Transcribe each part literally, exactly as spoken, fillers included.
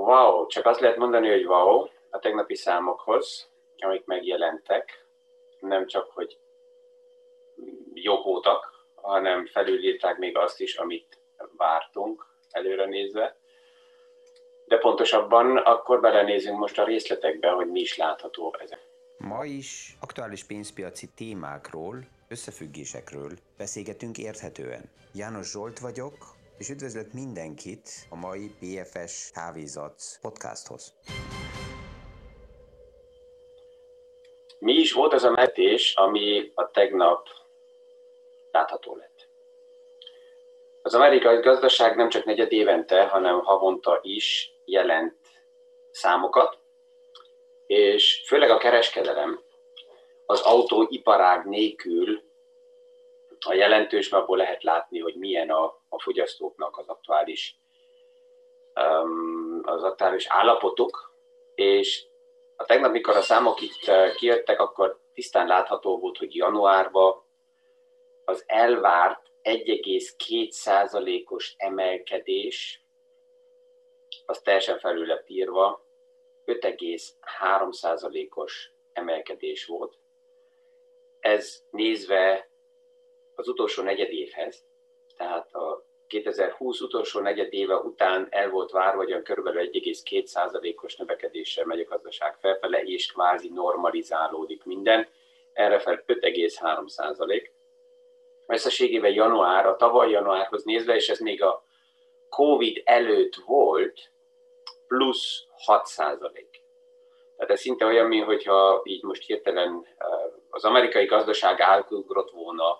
Wow, csak azt lehet mondani, hogy wow a tegnapi számokhoz, amik megjelentek. Nem csak, hogy jók voltak, hanem felülírták még azt is, amit vártunk előre nézve. De pontosabban akkor belenézünk most a részletekbe, hogy mi is látható ezek. Ma is aktuális pénzpiaci témákról, összefüggésekről beszélgetünk érthetően. János Zsolt vagyok, és üdvözlök mindenkit a mai bé ef es Kávézac podcasthoz. Mi is volt az a metés, ami a tegnap látható lett? Az amerikai gazdaság nem csak negyed évente, hanem havonta is jelent számokat, és főleg a kereskedelem az autóiparág nélkül a jelentős, mert abból lehet látni, hogy milyen a, a fogyasztóknak az aktuális, um, az aktuális állapotuk, és a tegnap, mikor a számok itt kijöttek, akkor tisztán látható volt, hogy januárban az elvárt egy egész két százalékos emelkedés, az teljesen felül lett írva, öt egész három százalékos emelkedés volt. Ez nézve az utolsó negyedévhez, tehát a kétezer-húsz utolsó negyedéve után el volt várva, hogy körülbelül egy egész két százalékos növekedéssel megy a gazdaság felfele, és kvázi normalizálódik minden. Erre fel öt egész három százalék. Összességében január, a tavaly januárhoz nézve, és ez még a Covid előtt volt, plusz hat százalék. Tehát ez szinte olyan, mintha így most hirtelen az amerikai gazdaság átugrott volna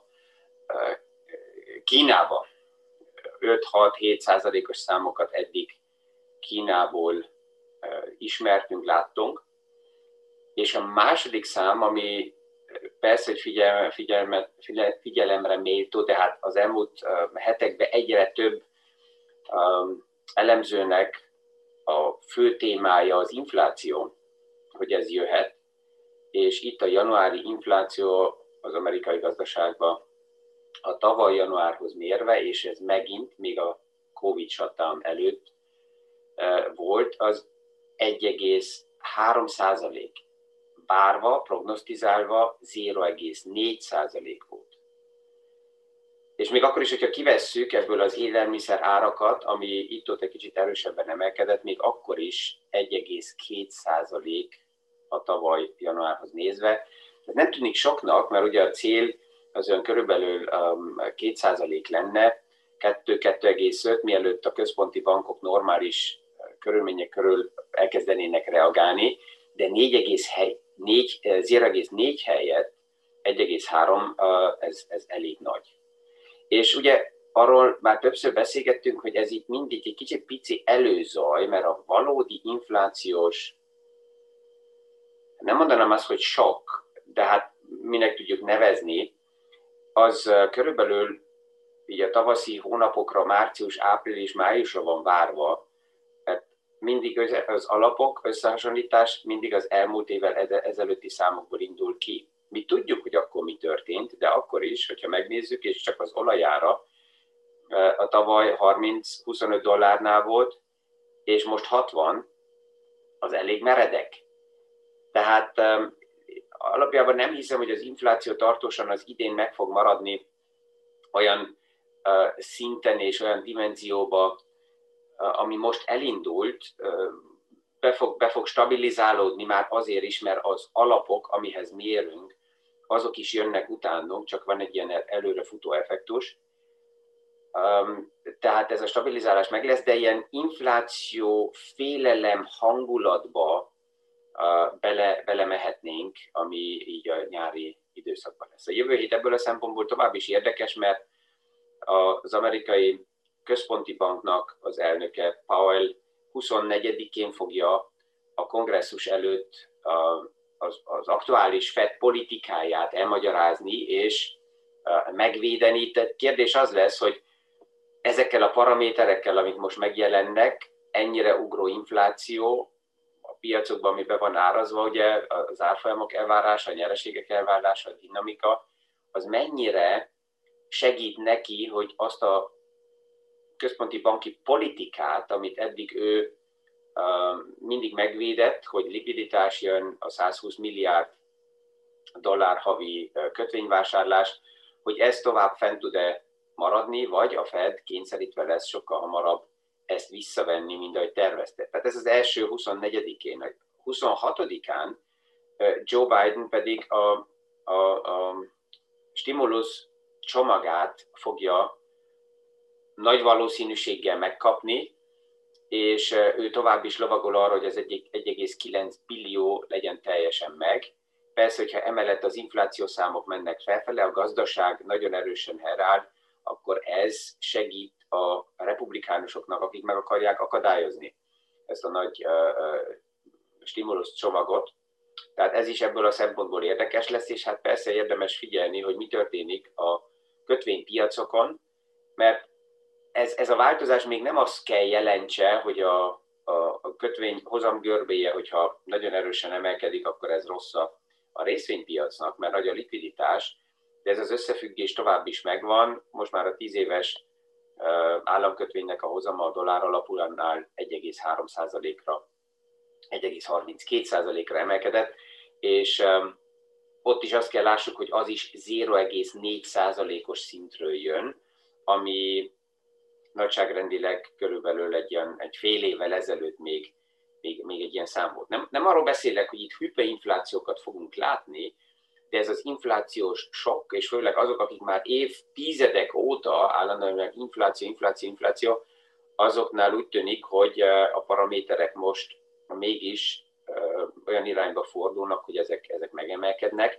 Kínába. öt-hat-hét százalékos számokat eddig Kínából ismertünk, láttunk. És a második szám, ami persze, hogy figyelme, figyelme, figyelemre méltó, de hát az elmúlt hetekben egyre több elemzőnek a fő témája az infláció, hogy ez jöhet, és itt a januári infláció az amerikai gazdaságban a tavaly januárhoz mérve, és ez megint még a Covid shutdown előtt volt, az egy egész három százalék, várva, prognosztizálva nulla egész négy százalék volt. És még akkor is, hogyha kivesszük ebből az élelmiszer árakat, ami itt-ott egy kicsit erősebben emelkedett, még akkor is egy egész két százalék a tavaly januárhoz nézve. Ez nem tűnik soknak, mert ugye a cél az olyan körülbelül két százalék lenne, kettő-kettő egész öt, mielőtt a központi bankok normális körülmények körül elkezdenének reagálni, de nulla egész négy helyett egy egész három, ez, ez elég nagy. És ugye arról már többször beszélgettünk, hogy ez itt mindig egy kicsit pici előzaj, mert a valódi inflációs, nem mondanám azt, hogy sok, de hát minek tudjuk nevezni, az körülbelül így a tavaszi hónapokra, március, április, májusra van várva, mert mindig az alapok, összehasonlítás mindig az elmúlt évvel ezelőtti számokból indul ki. Mi tudjuk, hogy akkor mi történt, de akkor is, hogyha megnézzük, és csak az olajára, a tavaly harminc-huszonöt dollárnál volt, és most hatvan, az elég meredek. Tehát alapjában nem hiszem, hogy az infláció tartósan az idén meg fog maradni olyan szinten és olyan dimenzióba, ami most elindult, be fog, be fog stabilizálódni már azért is, mert az alapok, amihez mérünk, azok is jönnek utánunk, csak van egy ilyen előrefutó effektus. Tehát ez a stabilizálás meg lesz, de ilyen infláció, félelem hangulatba bele, bele mehetnénk, ami így a nyári időszakban lesz. A jövő hét ebből a szempontból tovább is érdekes, mert az amerikai központi banknak az elnöke, Powell, huszonnegyedikén fogja a kongresszus előtt az, az aktuális Fed politikáját elmagyarázni és megvédeni. Tehát kérdés az lesz, hogy ezekkel a paraméterekkel, amik most megjelennek, ennyire ugró infláció a piacokban, ami be van árazva, ugye az árfolyamok elvárása, a nyereségek elvárása, a dinamika, az mennyire segít neki, hogy azt a központi banki politikát, amit eddig ő mindig megvédett, hogy likviditás jön, a százhúsz milliárd dollár havi kötvényvásárlás, hogy ez tovább fent tud-e maradni, vagy a Fed kényszerítve lesz sokkal hamarabb ezt visszavenni, mint ahogy tervezte. Tehát ez az első huszonnegyedikén. huszonhatodikán Joe Biden pedig a, a, a stimulus csomagát fogja nagy valószínűséggel megkapni, és ő tovább is lovagol arra, hogy ez egy egész kilenc billió legyen teljesen meg. Persze, hogyha emellett az infláció számok mennek felfele, a gazdaság nagyon erősen herál, akkor ez segít a republikánusoknak, akik meg akarják akadályozni ezt a nagy uh, stimulus csomagot. Tehát ez is ebből a szempontból érdekes lesz, és hát persze érdemes figyelni, hogy mi történik a kötvénypiacokon, mert ez, ez a változás még nem azt kell jelentse, hogy a, a, a kötvény hozamgörbéje, hogyha nagyon erősen emelkedik, akkor ez rossz a, a részvénypiacnak, mert nagy a likviditás, de ez az összefüggés tovább is megvan. Most már a tíz éves államkötvénynek a hozama a dollár alapúnál egy egész három százalékra, egy egész harminckét százalékra emelkedett, és um, ott is azt kell lássuk, hogy az is zéro egész négy százalékos szintről jön, ami nagyságrendileg körülbelül egy, ilyen, egy fél évvel ezelőtt még, még, még egy ilyen szám volt. Nem, nem arról beszélek, hogy itt hüperinflációkat fogunk látni, de ez az inflációs sok, és főleg azok, akik már évtizedek óta állandóan infláció, infláció, infláció, azoknál úgy tűnik, hogy a paraméterek most mégis olyan irányba fordulnak, hogy ezek, ezek megemelkednek.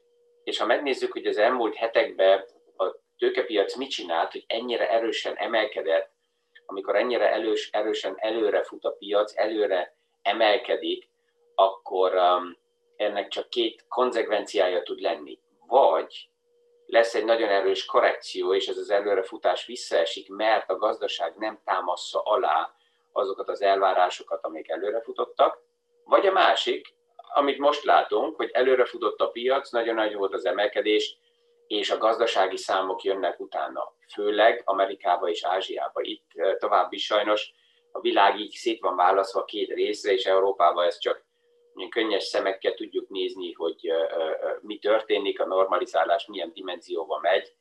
És ha megnézzük, hogy az elmúlt hetekben a tőkepiac mit csinált, hogy ennyire erősen emelkedett, amikor ennyire elős, erősen előre fut a piac, előre emelkedik, akkor um, ennek csak két konzekvenciája tud lenni. Vagy lesz egy nagyon erős korrekció, és ez az előrefutás visszaesik, mert a gazdaság nem támassza alá azokat az elvárásokat, amik előrefutottak, vagy a másik, amit most látunk, hogy előrefutott a piac, nagyon nagy volt az emelkedés, és a gazdasági számok jönnek utána, főleg Amerikába és Ázsiába. Itt tovább is sajnos a világ így szét van választva két részre, és Európában ezt csak könnyes szemekkel tudjuk nézni, hogy mi történik, a normalizálás milyen dimenzióba megy.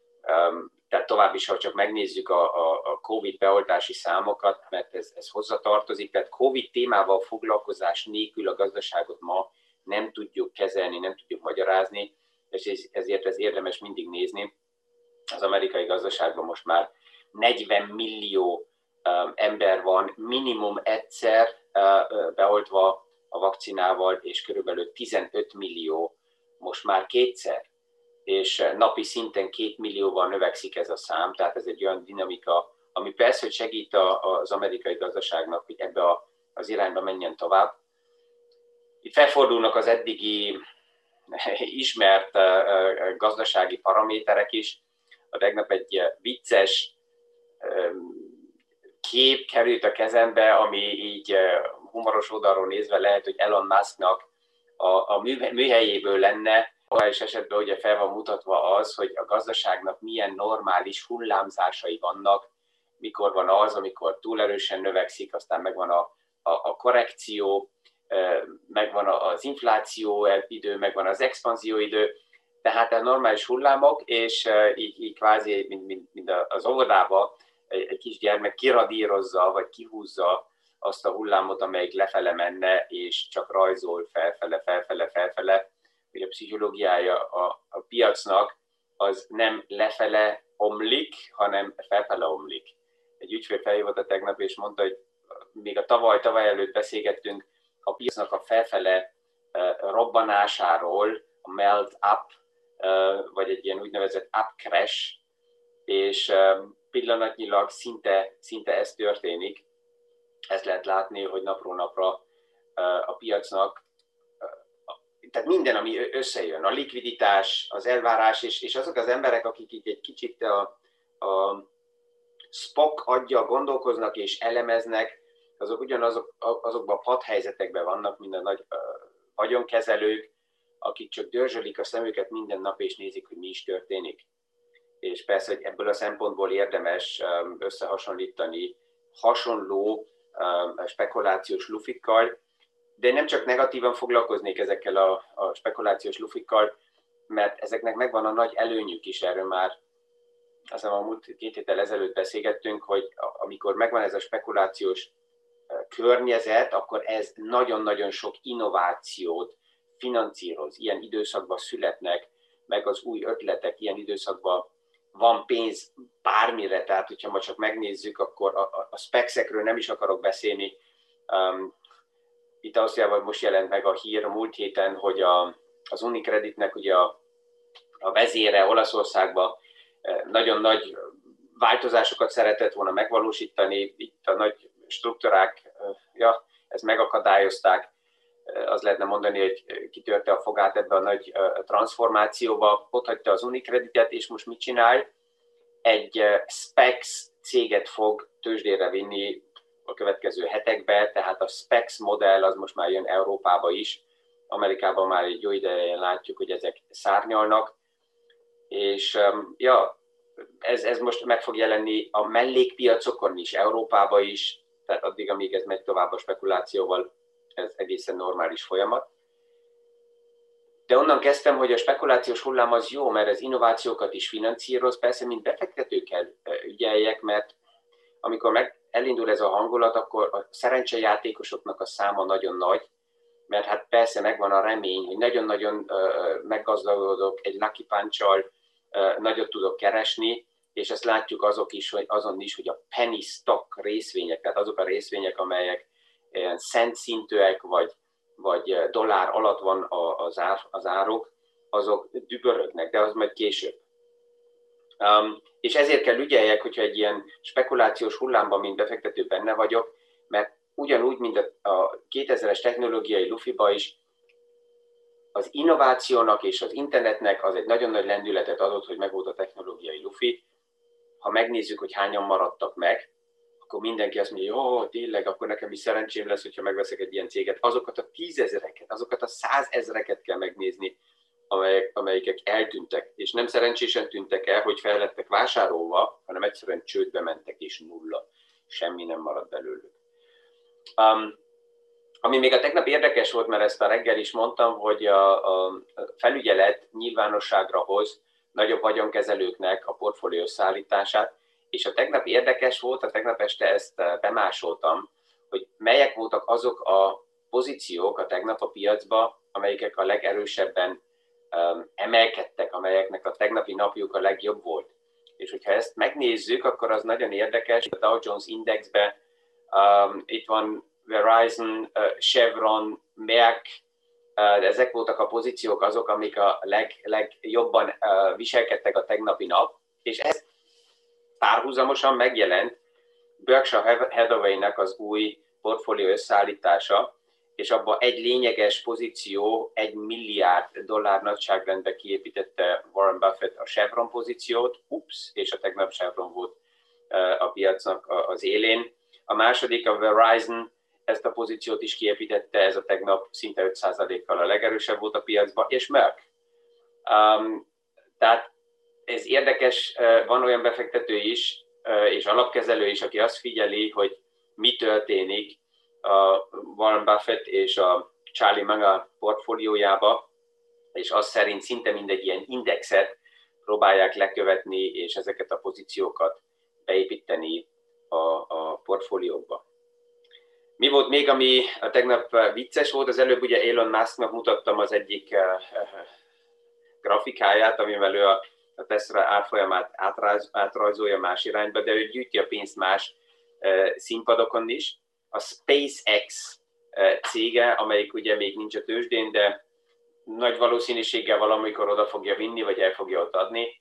Tehát tovább is, ha csak megnézzük a, a, a Covid beoltási számokat, mert ez, ez hozzatartozik, tehát Covid témával foglalkozás nélkül a gazdaságot ma nem tudjuk kezelni, nem tudjuk magyarázni, és ezért ez érdemes mindig nézni. Az amerikai gazdaságban most már negyven millió um, ember van minimum egyszer uh, beoltva a vakcinával, és körülbelül tizenöt millió most már kétszer. És napi szinten két millióval növekszik ez a szám, tehát ez egy olyan dinamika, ami persze, hogy segít az amerikai gazdaságnak, hogy ebbe az irányba menjen tovább. Itt felfordulnak az eddigi ismert gazdasági paraméterek is. A tegnap egy vicces kép került a kezembe, ami így humoros oldalról nézve lehet, hogy Elon Musknak a, a műhelyéből lenne, és esetben ugye fel van mutatva az, hogy a gazdaságnak milyen normális hullámzásai vannak, mikor van az, amikor túl erősen növekszik, aztán megvan a, a, a korrekció, megvan az infláció idő, megvan az expanzió idő, tehát a normális hullámok, és így, így kvázi, mint, mint, mint az óvodában egy kisgyermek kiradírozza, vagy kihúzza azt a hullámot, amelyik lefele menne, és csak rajzol felfele, felfele, felfele, hogy a pszichológiája a, a piacnak az nem lefele omlik, hanem felfele omlik. Egy ügyfél felhívott a tegnap, és mondta, hogy még a tavaly, tavaly előtt beszélgettünk a piacnak a felfele uh, robbanásáról, a melt up, uh, vagy egy ilyen úgynevezett up crash, és uh, pillanatnyilag szinte, szinte ez történik. Ezt lehet látni, hogy napról napra uh, a piacnak tehát minden, ami összejön, a likviditás, az elvárás, és, és azok az emberek, akik így egy kicsit a, a Spock aggyal gondolkoznak és elemeznek, azok ugyanazok azokban a padhelyzetekben vannak, mint a nagy uh, vagyonkezelők, akik csak dörzsölik a szemüket minden nap, és nézik, hogy mi is történik. És persze, hogy ebből a szempontból érdemes um, összehasonlítani hasonló spekulációs lufikkal, de nem csak negatívan foglalkoznék ezekkel a, a spekulációs lufikkal, mert ezeknek megvan a nagy előnyük is, erről már azt hiszem a múlt két héttel ezelőtt beszélgettünk, hogy amikor megvan ez a spekulációs környezet, akkor ez nagyon-nagyon sok innovációt financíroz. Ilyen időszakban születnek meg az új ötletek, ilyen időszakban van pénz bármire, tehát hogyha ma csak megnézzük, akkor a, a, a specs-ekről nem is akarok beszélni. Um, itt Ausztriában most jelent meg a hír a múlt héten, hogy a, az Unicreditnek ugye a, a vezére Olaszországban nagyon nagy változásokat szeretett volna megvalósítani, itt a nagy struktúrák, ja, ezt megakadályozták, az lehetne mondani, hogy kitörte a fogát ebbe a nagy transformációba, ott hagyta az Unicreditet, és most mit csinál? Egy specs céget fog tőzsdére vinni a következő hetekben, tehát a specs modell az most már jön Európába is, Amerikában már egy jó ideje látjuk, hogy ezek szárnyalnak, és ja, ez, ez most meg fog jelenni a mellékpiacokon is, Európában is, tehát addig, amíg ez megy tovább a spekulációval, ez egészen normális folyamat. De onnan kezdtem, hogy a spekulációs hullám az jó, mert ez innovációkat is finanszíroz, persze, mint befektető kell ügyeljek, mert amikor meg elindul ez a hangulat, akkor a szerencsejátékosoknak a száma nagyon nagy, mert hát persze megvan a remény, hogy nagyon-nagyon uh, meggazdagodok egy Lucky Punch-al, uh, nagyot tudok keresni, és ezt látjuk azok is, hogy azon is, hogy a penny stock részvények, tehát azok a részvények, amelyek ilyen cent szintűek, vagy, vagy dollár alatt van az, ár, az árok, azok dübörögnek, de az majd később. Um, és ezért kell ügyeljek, hogyha egy ilyen spekulációs hullámban, mint befektető benne vagyok, mert ugyanúgy, mint a, a kétezres technológiai lufiba is, az innovációnak és az internetnek az egy nagyon nagy lendületet adott, hogy megvolt a technológiai lufi. Ha megnézzük, hogy hányan maradtak meg, akkor mindenki azt mondja, jó, tényleg, akkor nekem is szerencsém lesz, hogyha megveszek egy ilyen céget. Azokat a tízezereket, azokat a százezreket kell megnézni, amelyek, amelyek eltűntek. És nem szerencsésen tűntek el, hogy fel lettek vásárolva, hanem egyszerűen csődbe mentek, és nulla. Semmi nem maradt belőlük. Um, ami még a tegnap érdekes volt, mert ezt a reggel is mondtam, hogy a, a felügyelet nyilvánosságra hoz nagyobb vagyonkezelőknek a portfólió összeállítását, és a tegnap érdekes volt, a tegnap este ezt bemásoltam, hogy melyek voltak azok a pozíciók a tegnap a piacban, amelyek a legerősebben um, emelkedtek, amelyeknek a tegnapi napjuk a legjobb volt. És hogyha ezt megnézzük, akkor az nagyon érdekes. A Dow Jones Indexben um, itt van Verizon, uh, Chevron, Merck, uh, ezek voltak a pozíciók azok, amik a leg, legjobban uh, viselkedtek a tegnapi nap, és ez párhuzamosan megjelent Berkshire Hathaway-nek az új portfólió összeállítása, és abban egy lényeges pozíció, egy milliárd dollár nagyságrendbe kiépítette Warren Buffett a Chevron pozíciót, ups, és a tegnap Chevron volt a piacnak az élén. A második, a Verizon, ezt a pozíciót is kiépítette, ez a tegnap szinte öt százalékkal a legerősebb volt a piacban, és Merck. Um, tehát ez érdekes, van olyan befektető is, és alapkezelő is, aki azt figyeli, hogy mi történik a Warren Buffett és a Charlie Munger portfóliójába, és az szerint szinte mindegy ilyen indexet próbálják lekövetni, és ezeket a pozíciókat beépíteni a, a portfóliókba. Mi volt még, ami a tegnap vicces volt? Az előbb ugye Elon Musknak mutattam az egyik grafikáját, amivel ő a a Tesla árfolyamát átrajz, átrajzolja más irányba, de ő gyűjti a pénzt más uh, színpadokon is. A SpaceX uh, cége, amelyik ugye még nincs a tőzsdén, de nagy valószínűséggel valamikor oda fogja vinni, vagy el fogja ott adni.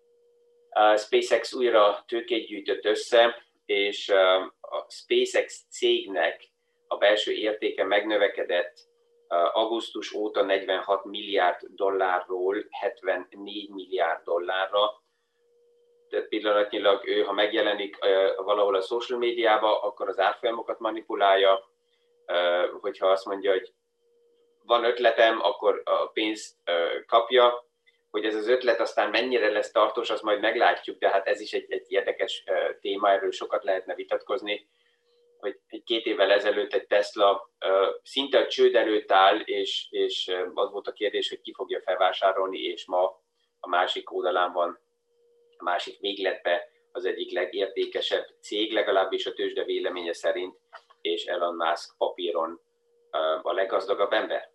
A SpaceX újra tőkét gyűjtött össze, és uh, a SpaceX cégnek a belső értéke megnövekedett augusztus óta negyvenhat milliárd dollárról hetvennégy milliárd dollárra. Tehát pillanatnyilag ő, ha megjelenik valahol a social médiába, akkor az árfolyamokat manipulálja. Hogyha azt mondja, hogy van ötletem, akkor a pénzt kapja. Hogy ez az ötlet aztán mennyire lesz tartós, azt majd meglátjuk, de hát ez is egy, egy érdekes téma, erről sokat lehetne vitatkozni. hogy két évvel ezelőtt egy Tesla szinte a csőd előtt áll, és, és az volt a kérdés, hogy ki fogja felvásárolni, és ma a másik oldalán van, a másik végletben az egyik legértékesebb cég, legalábbis a tőzsde véleménye szerint, és Elon Musk papíron a leggazdagabb ember.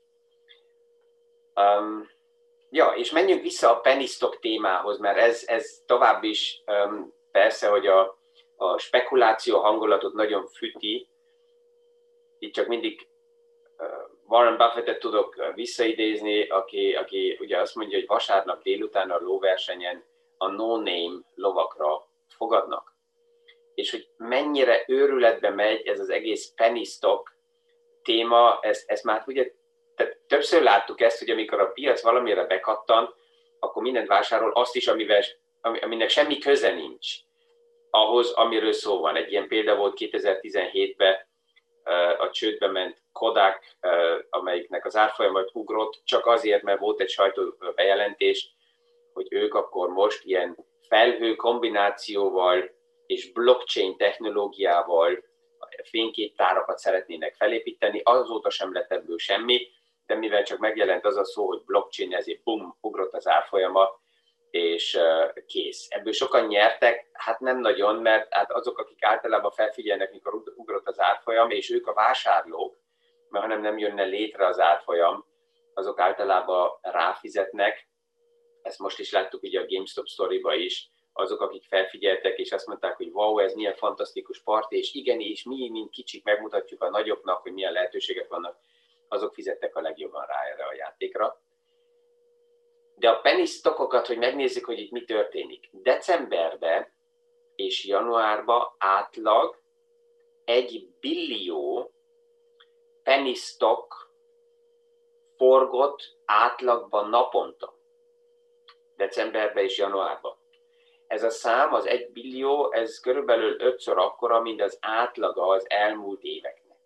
Um, ja, és menjünk vissza a penny stock témához, mert ez, ez tovább is um, persze, hogy a, a spekuláció hangulatot nagyon füti. Itt csak mindig uh, Warren Buffettet tudok visszaidézni, aki, aki ugye azt mondja, hogy vasárnap délután a lóversenyen a no-name lovakra fogadnak. És hogy mennyire őrületbe megy ez az egész penny stock téma, ezt, ezt már ugye tehát többször láttuk ezt, hogy amikor a piac valamire bekattan, akkor mindent vásárol, azt is, amivel, aminek semmi köze nincs ahhoz, amiről szó van. Egy ilyen példa volt kétezer-tizenhétben a csődbe ment Kodak, amelyiknek az árfolyamat ugrott, csak azért, mert volt egy sajtóbejelentés, hogy ők akkor most ilyen felhő kombinációval és blockchain technológiával fényképtárakat szeretnének felépíteni, azóta sem lett ebből semmi, de mivel csak megjelent az a szó, hogy blockchain, ezért bum, ugrott az árfolyama, és kész. Ebből sokan nyertek, hát nem nagyon, mert hát azok, akik általában felfigyelnek, mikor ugrott az árfolyam, és ők a vásárlók, mert hanem nem jönne létre az árfolyam, azok általában ráfizetnek. Ezt most is láttuk ugye a GameStop sztoriba is, azok, akik felfigyeltek, és azt mondták, hogy wow, ez milyen fantasztikus parti, és igen, és mi, mint kicsik megmutatjuk a nagyoknak, hogy milyen lehetőségek vannak, azok fizettek a legjobban rá erre a játékra. De a penny stockokat, hogy megnézzük, hogy itt mi történik. Decemberben és januárban átlag egy billió penny stock forgott átlagban naponta. Decemberben és januárban. Ez a szám, az egy billió, ez körülbelül ötször akkora, mint az átlaga az elmúlt éveknek.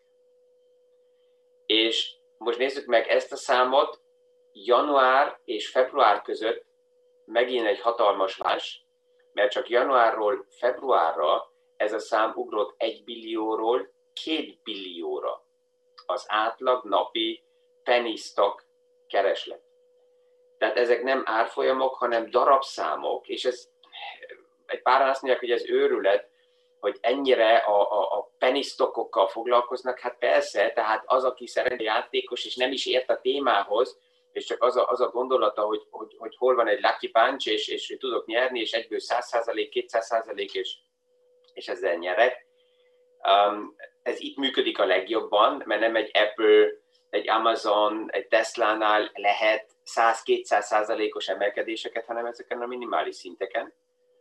És most nézzük meg ezt a számot, január és február között megint egy hatalmas váltás, mert csak januárról februárra ez a szám ugrott egy billióról két billióra. Az átlag napi penny stock kereslet. Tehát ezek nem árfolyamok, hanem darabszámok, és ez egy páran azt mondják, hogy ez őrület, hogy ennyire a, a, a penny stockokkal foglalkoznak. Hát persze, tehát az, aki szereti játékos, és nem is ért a témához, és csak az a, az a gondolata, hogy, hogy, hogy hol van egy lucky punch, és, és tudok nyerni, és egyből száz százalék, kétszáz százalék, és, és ezzel nyerek. Um, ez itt működik a legjobban, mert nem egy Apple, egy Amazon, egy Tesla-nál lehet száz-kétszáz százalékos emelkedéseket, hanem ezeken a minimális szinteken.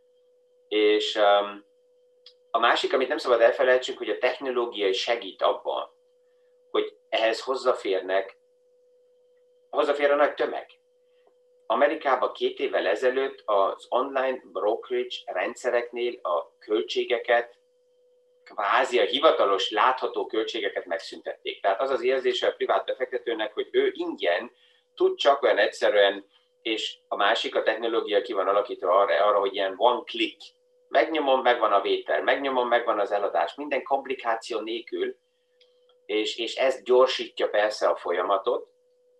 És um, a másik, amit nem szabad elfelejtsünk, hogy a technológia segít abban, hogy ehhez hozzáférnek, hozzáfér a nagy tömeg. Amerikában két évvel ezelőtt az online brokerage rendszereknél a költségeket, kvázi a hivatalos, látható költségeket megszüntették. Tehát az az érzése a privát befektetőnek, hogy ő ingyen tud csak olyan egyszerűen, és a másik, a technológia ki van alakítva arra, arra hogy ilyen one click, megnyomom, megvan a vétel, megnyomom, megvan az eladás, minden komplikáció nélkül, és, és ez gyorsítja persze a folyamatot,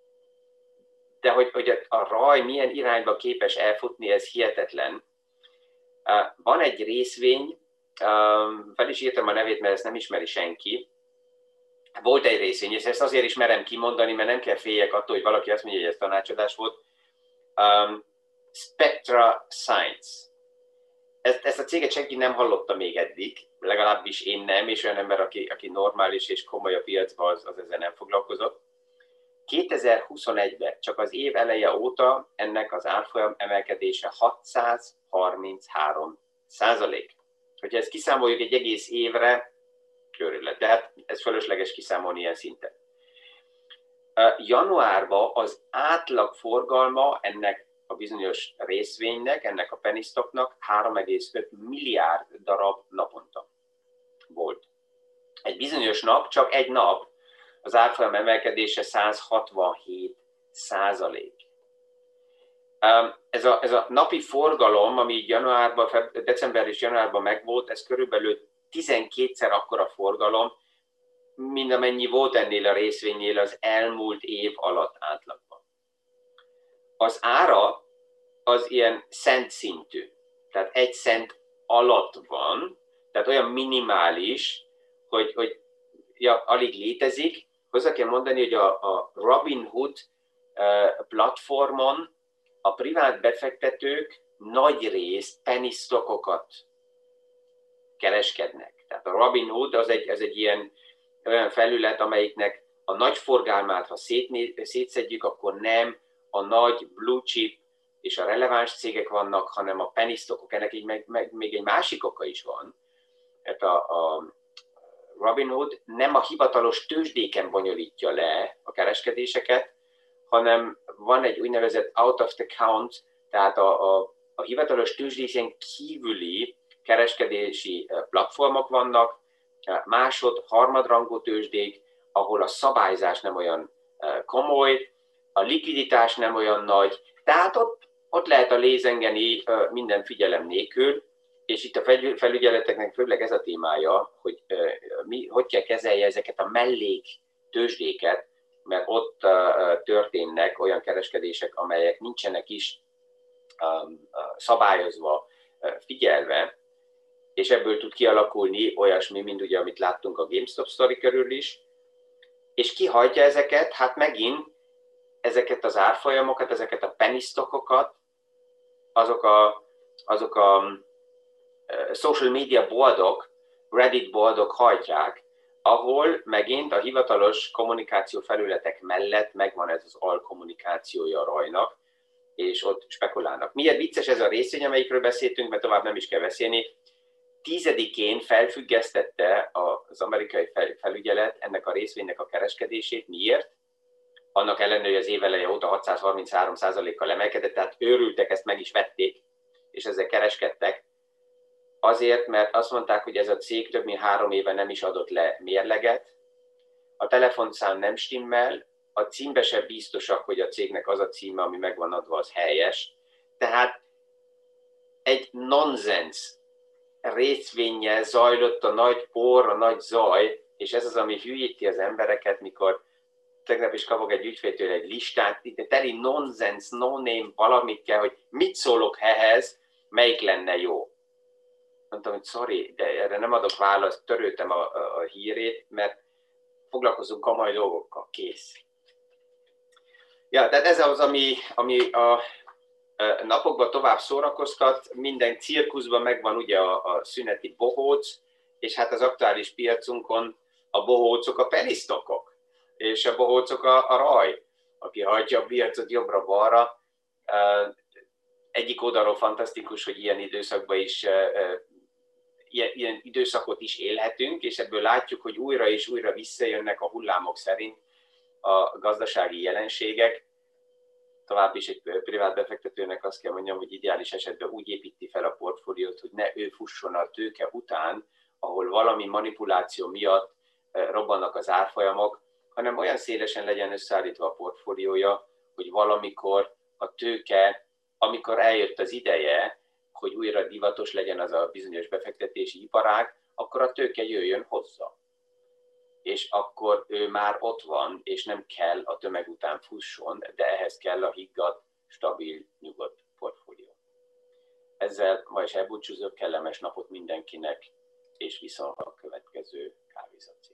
de hogy, hogy a raj milyen irányba képes elfutni, ez hihetetlen. Van egy részvény, fel is írtam a nevét, mert ezt nem ismeri senki. Volt egy részvény, és ezt azért is merem kimondani, mert nem kell féljek attól, hogy valaki azt mondja, hogy ez tanácsadás volt. Um, Spectra Science. Ezt, ezt a céget senki nem hallotta még eddig, legalábbis én nem, és olyan ember, aki, aki normális és komoly a piacban, az, az ezzel nem foglalkozott. kétezer-huszonegyben, csak az év eleje óta ennek az árfolyam emelkedése hatszázharminchárom százalék. Hogyha ezt kiszámoljuk egy egész évre, körülött, de hát ez fölösleges kiszámolni ilyen szinten. Januárban az átlag forgalma ennek a bizonyos részvénynek, ennek a penny stocknak három egész öt milliárd darab naponta volt. Egy bizonyos nap, csak egy nap, az árfolyam emelkedése száz hatvanhét százalék. Ez a, ez a napi forgalom, ami januárban, december és januárban megvolt, ez körülbelül tizenkétszer akkora forgalom, mint amennyi volt ennél a részvénynél az elmúlt év alatt átlagban. Az ára az ilyen cent szintű, tehát egy cent alatt van, tehát olyan minimális, hogy, hogy ja, alig létezik. Hozzá kell mondani, hogy a, a Robinhood uh, platformon a privát befektetők nagy részt penny stockokat kereskednek. Tehát a Robinhood az egy, az egy ilyen olyan felület, amelyiknek a nagy forgalmát, ha szétné, szétszedjük, akkor nem a nagy blue chip és a releváns cégek vannak, hanem a penny stockok. Ennek így meg, meg, még egy másik oka is van. Hát a, a Robinhood nem a hivatalos tőzsdéken bonyolítja le a kereskedéseket, hanem van egy úgynevezett out of the count, tehát a, a, a hivatalos tőzsdészen kívüli kereskedési platformok vannak, másod, harmadrangú tőzsdék, ahol a szabályzás nem olyan komoly, a likviditás nem olyan nagy, tehát ott, ott lehet a lézengeni minden figyelem nélkül, és itt a felügyeleteknek főleg ez a témája, hogy mi, hogy kell kezelje ezeket a mellék tőzsdéket, mert ott történnek olyan kereskedések, amelyek nincsenek is szabályozva, figyelve, és ebből tud kialakulni olyasmi, mint ugye, amit láttunk a GameStop sztori körül is, és ki hagyja ezeket? Hát megint ezeket az árfolyamokat, ezeket a penny stockokat, azok a, azok a social media boldog, Reddit boldog hajtják, ahol megint a hivatalos kommunikáció felületek mellett megvan ez az alkommunikációja a rajnak, és ott spekulálnak. Miért vicces ez a részvény, amelyikről beszéltünk, mert tovább nem is kell beszélni. Tízedikén felfüggesztette az amerikai felügyelet ennek a részvénynek a kereskedését. Miért? Annak ellenére, hogy az év eleje óta hatszázharminchárom százalékkal emelkedett, tehát őrültek, ezt meg is vették, és ezzel kereskedtek. Azért, mert azt mondták, hogy ez a cég több mint három éve nem is adott le mérleget, a telefonszám nem stimmel, a címbe sem biztosak, hogy a cégnek az a címe, ami meg van adva, az helyes. Tehát egy nonsens részvénnyel zajlott a nagy por, a nagy zaj, és ez az, ami hülyíti az embereket, mikor tegnap is kapok egy ügyféltől egy listát, de teli nonsens, no-name valamikkel, hogy mit szólok ehhez, melyik lenne jó. Mondtam, hogy sorry, de erre nem adok választ, töröltem a, a, a hírét, mert foglalkozunk komoly dolgokkal, kész. Ja, tehát ez az, ami, ami a napokban tovább szórakoztat, minden cirkuszban megvan ugye a, a szüneti bohóc, és hát az aktuális piacunkon a bohócok a penny stockok, és a bohócok a, a raj, aki hajtja a piacot jobbra-balra. Egyik oldalról fantasztikus, hogy ilyen időszakban is, ilyen, ilyen időszakot is élhetünk, és ebből látjuk, hogy újra és újra visszajönnek a hullámok szerint a gazdasági jelenségek. Tovább is egy privát befektetőnek azt kell mondjam, hogy ideális esetben úgy építi fel a portfóliót, hogy ne ő fusson a tőke után, ahol valami manipuláció miatt robbannak az árfolyamok, hanem olyan szélesen legyen összeállítva a portfóliója, hogy valamikor a tőke, amikor eljött az ideje, hogy újra divatos legyen az a bizonyos befektetési iparág, akkor a tőke jöjjön hozzá. És akkor ő már ott van, és nem kell a tömeg után fusson, de ehhez kell a higgadt, stabil, nyugodt portfólió. Ezzel ma is elbúcsúzok, kellemes napot mindenkinek, és viszont a következő kávézatcég.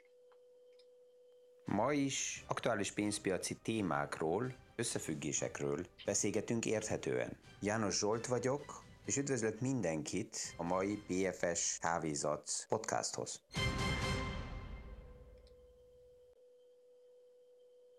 Ma is aktuális pénzpiaci témákról, összefüggésekről beszélgetünk érthetően. János Zsolt vagyok, és üdvözlök mindenkit a mai bé ef es Kávézac podcasthoz.